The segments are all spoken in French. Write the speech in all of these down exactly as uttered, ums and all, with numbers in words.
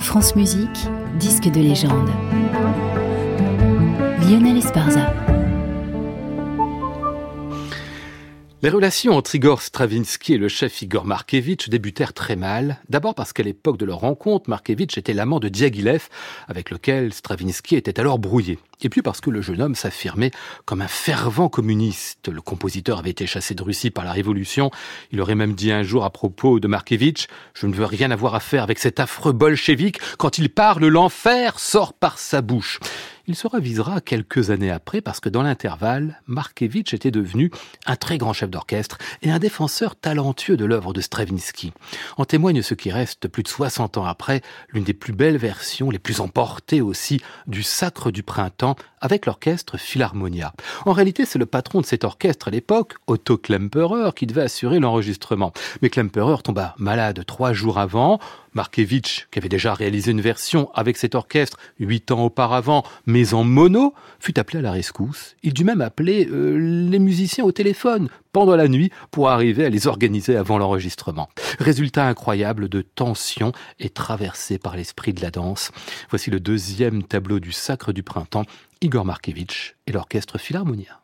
France Musique, disque de légende. Lionel Esparza. Les relations entre Igor Stravinsky et le chef Igor Markévitch débutèrent très mal. D'abord parce qu'à l'époque de leur rencontre, Markévitch était l'amant de Diaghilev, avec lequel Stravinsky était alors brouillé. Et puis parce que le jeune homme s'affirmait comme un fervent communiste. Le compositeur avait été chassé de Russie par la Révolution. Il aurait même dit un jour à propos de Markévitch « Je ne veux rien avoir à faire avec cet affreux bolchevique. Quand il parle, l'enfer sort par sa bouche. » Il se ravisera quelques années après parce que dans l'intervalle, Markévitch était devenu un très grand chef d'orchestre et un défenseur talentueux de l'œuvre de Stravinsky. En témoigne ce qui reste, plus de soixante ans après, l'une des plus belles versions, les plus emportées aussi, du Sacre du Printemps avec l'orchestre Philharmonia. En réalité, c'est le patron de cet orchestre à l'époque, Otto Klemperer, qui devait assurer l'enregistrement. Mais Klemperer tomba malade trois jours avant. Markévitch, qui avait déjà réalisé une version avec cet orchestre huit ans auparavant, mais en mono, fut appelé à la rescousse. Il dut même appeler euh, les musiciens au téléphone pendant la nuit pour arriver à les organiser avant l'enregistrement. Résultat incroyable de tension et traversé par l'esprit de la danse. Voici le deuxième tableau du Sacre du Printemps, Igor Markévitch et l'orchestre Philharmonia.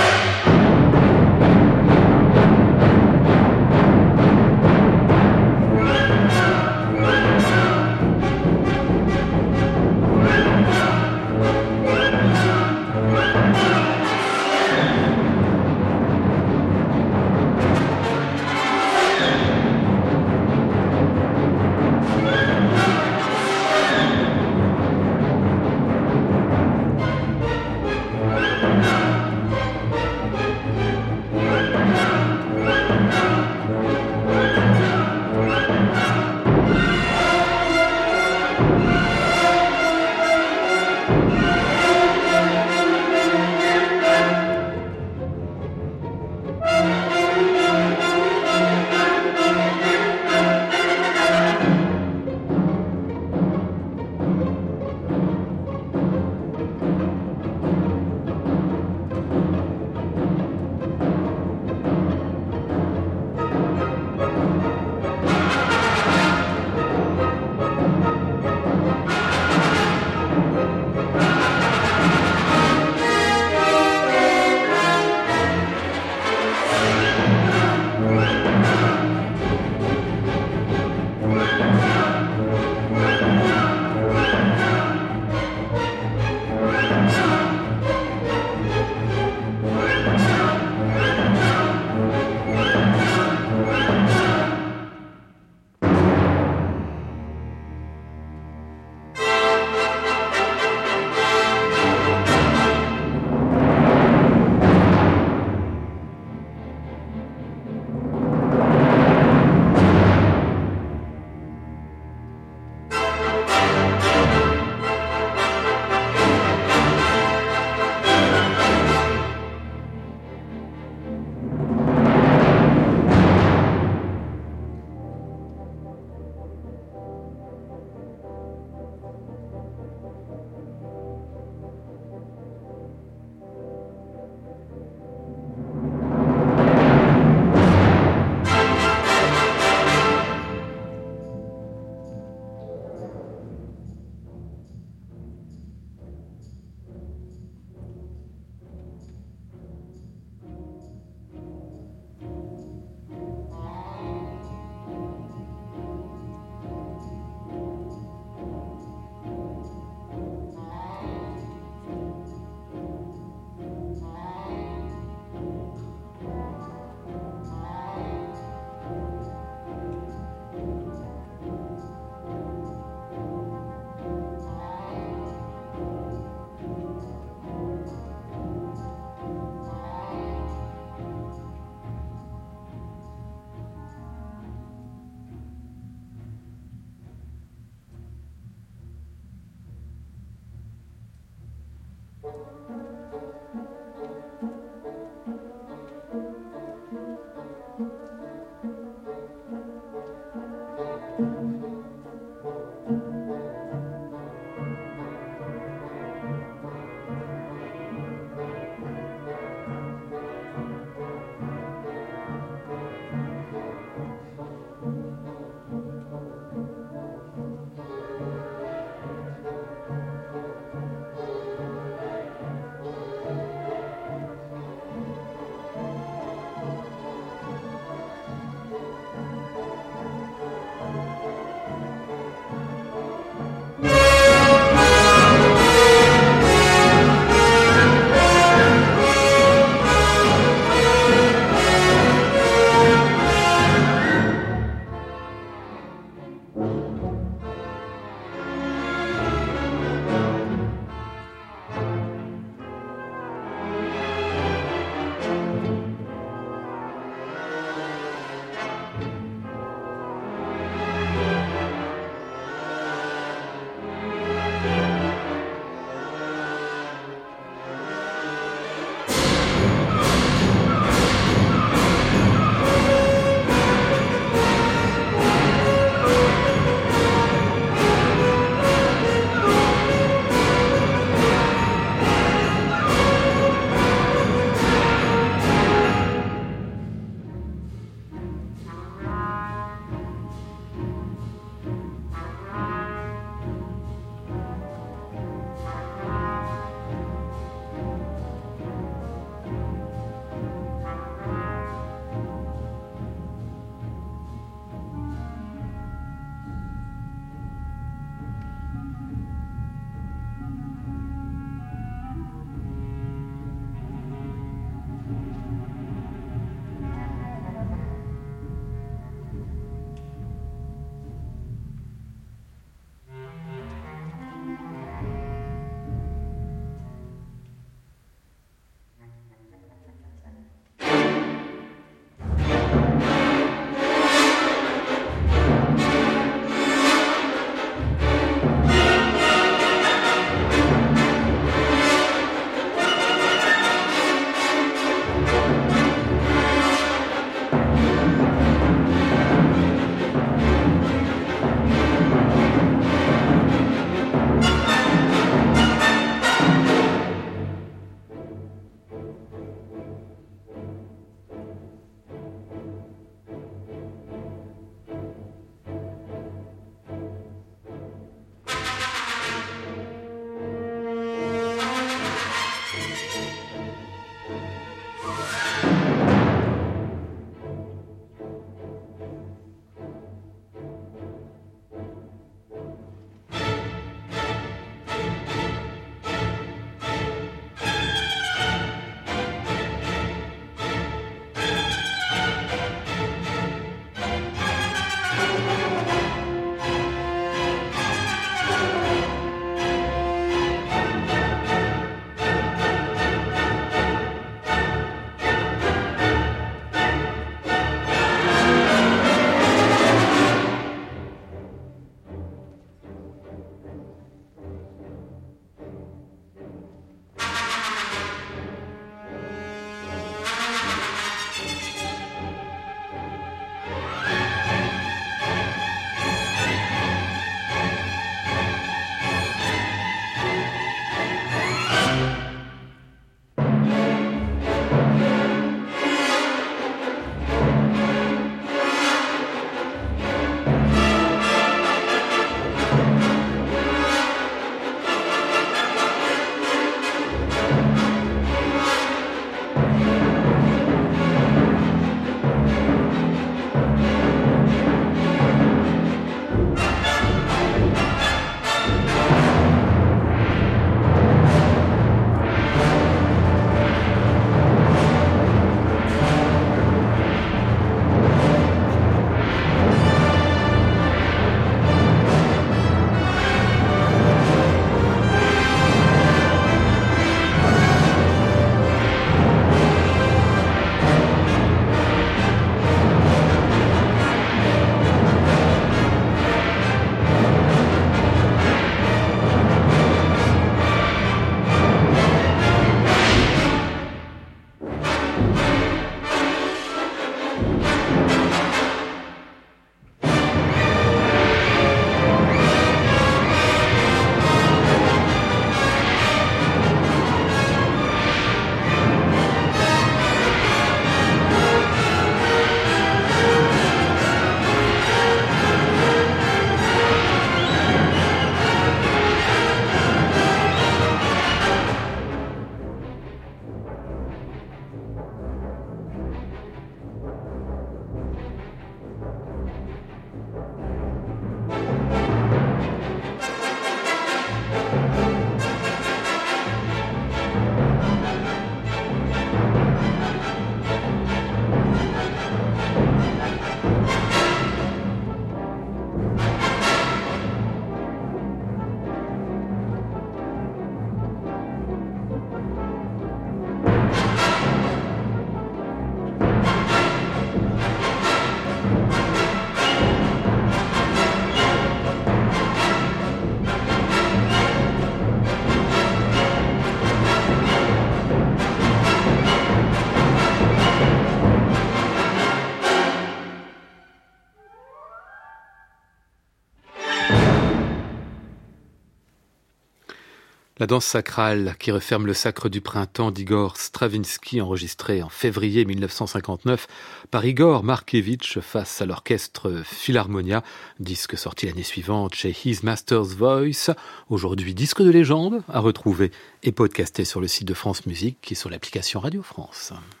La danse sacrale qui referme le sacre du printemps d'Igor Stravinsky, enregistré en février mille neuf cent cinquante-neuf par Igor Markevitch face à l'orchestre Philharmonia, disque sorti l'année suivante chez His Master's Voice, aujourd'hui disque de légende, à retrouver et podcasté sur le site de France Musique et sur l'application Radio France.